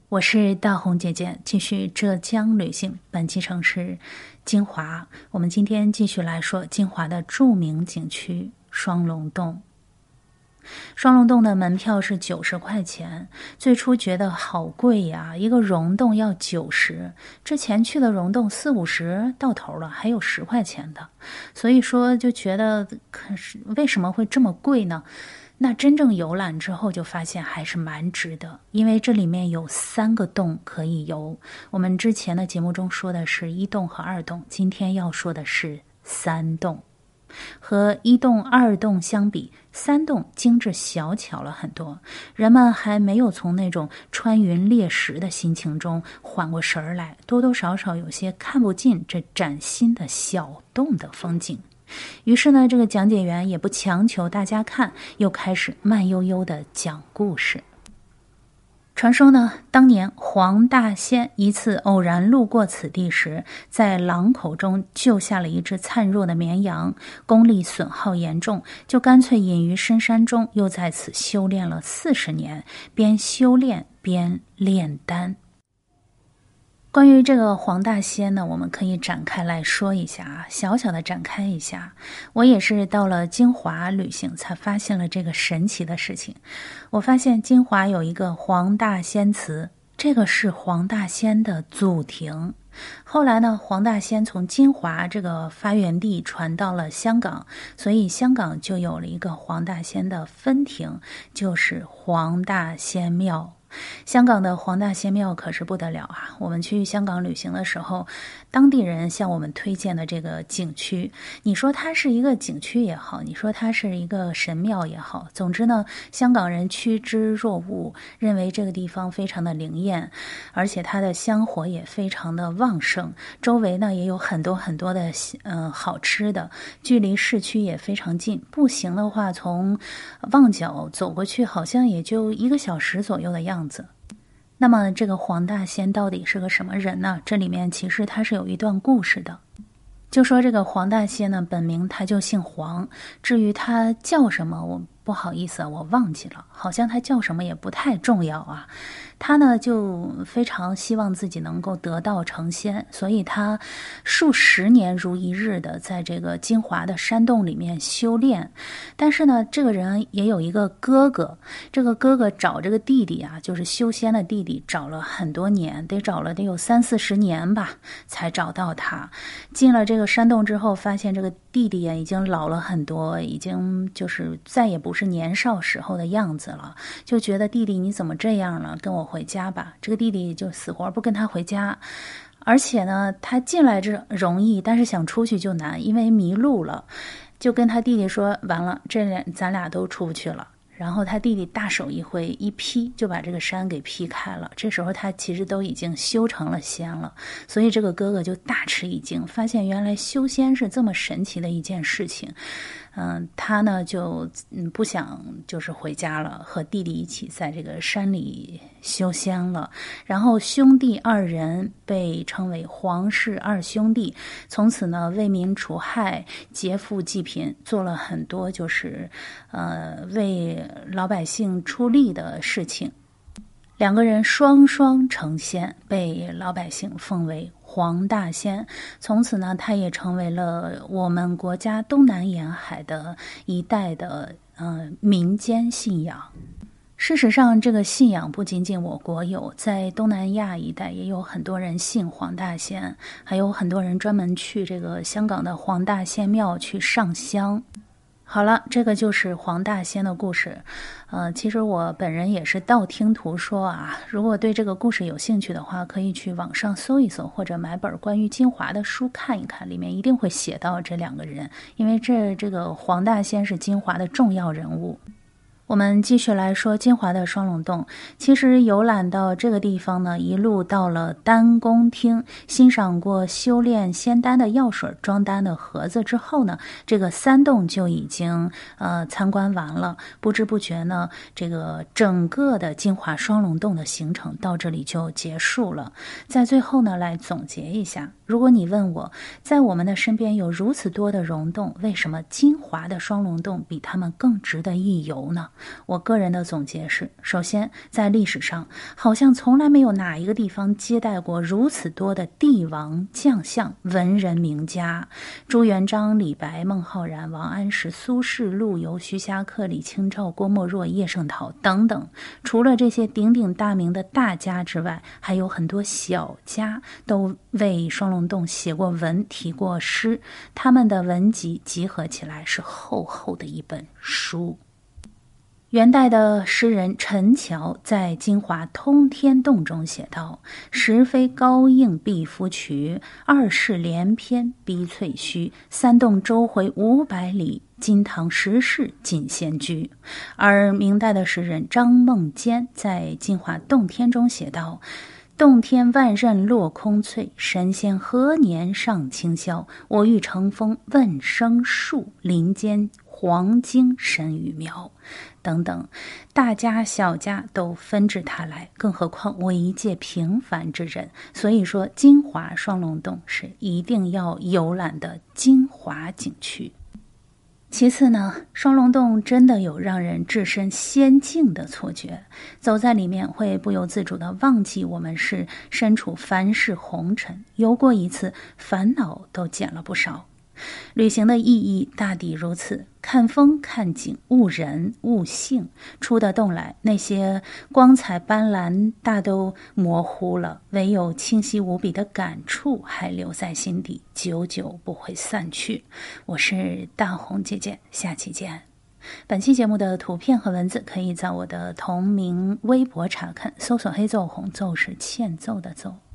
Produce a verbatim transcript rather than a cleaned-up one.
我是大红姐姐，继续浙江旅行，本期城市金华。我们今天继续来说金华的著名景区双龙洞。双龙洞的门票是九十块钱，最初觉得好贵呀，一个溶洞要九十，之前去的溶洞四五十到头了，还有十块钱的，所以说就觉得可是为什么会这么贵呢？那真正游览之后就发现还是蛮值得，因为这里面有三个洞可以游。我们之前的节目中说的是一洞和二洞，今天要说的是三洞。和一洞二洞相比，三洞精致小巧了很多，人们还没有从那种穿云裂石的心情中缓过神儿来，多多少少有些看不尽这崭新的小洞的风景。于是呢，这个讲解员也不强求大家看，又开始慢悠悠地讲故事。传说呢，当年黄大仙一次偶然路过此地时，在狼口中救下了一只灿弱的绵羊，功力损耗严重，就干脆隐于深山中，又在此修炼了四十年，边修炼边炼丹。关于这个黄大仙呢，我们可以展开来说一下啊，小小的展开一下。我也是到了金华旅行才发现了这个神奇的事情。我发现金华有一个黄大仙祠，这个是黄大仙的祖庭。后来呢，黄大仙从金华这个发源地传到了香港，所以香港就有了一个黄大仙的分庭，就是黄大仙庙。香港的黄大仙庙可是不得了啊！我们去香港旅行的时候，当地人向我们推荐的这个景区，你说它是一个景区也好，你说它是一个神庙也好，总之呢，香港人趋之若鹜，认为这个地方非常的灵验，而且它的香火也非常的旺盛，周围呢也有很多很多的呃好吃的，距离市区也非常近，步行的话从旺角走过去好像也就一个小时左右的样子。那么这个黄大仙到底是个什么人呢？这里面其实他是有一段故事的。就说这个黄大仙呢，本名他就姓黄，至于他叫什么，我不好意思啊，我忘记了，好像他叫什么也不太重要啊。他呢就非常希望自己能够得道成仙，所以他数十年如一日的在这个金华的山洞里面修炼。但是呢，这个人也有一个哥哥，这个哥哥找这个弟弟啊，就是修仙的弟弟，找了很多年，得找了得有三四十年吧，才找到他。进了这个山洞之后，发现这个弟弟啊已经老了很多，已经就是再也不是年少时候的样子了，就觉得弟弟你怎么这样了，跟我回家吧。这个弟弟就死活不跟他回家，而且呢他进来这容易，但是想出去就难，因为迷路了，就跟他弟弟说完了，这俩咱俩都出不去了。然后他弟弟大手一挥一劈，就把这个山给劈开了。这时候他其实都已经修成了仙了，所以这个哥哥就大吃一惊，发现原来修仙是这么神奇的一件事情。嗯，他呢就嗯不想就是回家了，和弟弟一起在这个山里修仙了。然后兄弟二人被称为黄氏二兄弟，从此呢为民除害，劫富济贫，做了很多就是呃为老百姓出力的事情。两个人双双成仙，被老百姓奉为黄大仙。从此呢，他也成为了我们国家东南沿海的一代的呃民间信仰。事实上，这个信仰不仅仅我国有，在东南亚一带也有很多人信黄大仙，还有很多人专门去这个香港的黄大仙庙去上香。好了，这个就是黄大仙的故事。呃，其实我本人也是道听途说啊。如果对这个故事有兴趣的话，可以去网上搜一搜，或者买本关于金华的书看一看，里面一定会写到这两个人，因为这这个黄大仙是金华的重要人物。我们继续来说金华的双龙洞。其实游览到这个地方呢，一路到了丹宫厅，欣赏过修炼仙丹的药水装丹的盒子之后呢，这个三洞就已经呃参观完了。不知不觉呢，这个整个的金华双龙洞的行程到这里就结束了。在最后呢，来总结一下，如果你问我，在我们的身边有如此多的溶洞，为什么金华的双龙洞比他们更值得一游呢？ 我个人的总结是，首先，在历史上，好像从来没有哪一个地方接待过如此多的帝王、将相、文人名家，朱元璋、李白、孟浩然、王安石、苏轼、陆游、徐霞客、李清照、郭沫若、叶圣陶等等。除了这些鼎鼎大名的大家之外，还有很多小家都为双龙洞写过文、题过诗，他们的文集集合起来是厚厚的一本书。元代的诗人陈桥在《金华通天洞》中写道：十飞高应碧芙蕖，二世连篇逼翠须，三洞周回五百里，金堂十室尽仙居。而明代的诗人张梦坚在《金华洞天》中写道：洞天万仞落空翠，神仙何年上清霄？我欲乘风问生树，林间黄荆深雨苗。等等，大家小家都纷至沓来，更何况我一介平凡之人。所以说，金华双龙洞是一定要游览的精华景区。其次呢，双龙洞真的有让人置身仙境的错觉，走在里面会不由自主地忘记我们是身处凡世红尘，游过一次，烦恼都减了不少。旅行的意义大抵如此：看风看景，悟人悟性。出得洞来，那些光彩斑斓大都模糊了，唯有清晰无比的感触还留在心底，久久不会散去。我是大红姐姐，下期见。本期节目的图片和文字可以在我的同名微博查看，搜索黑奏红，奏是欠揍的奏。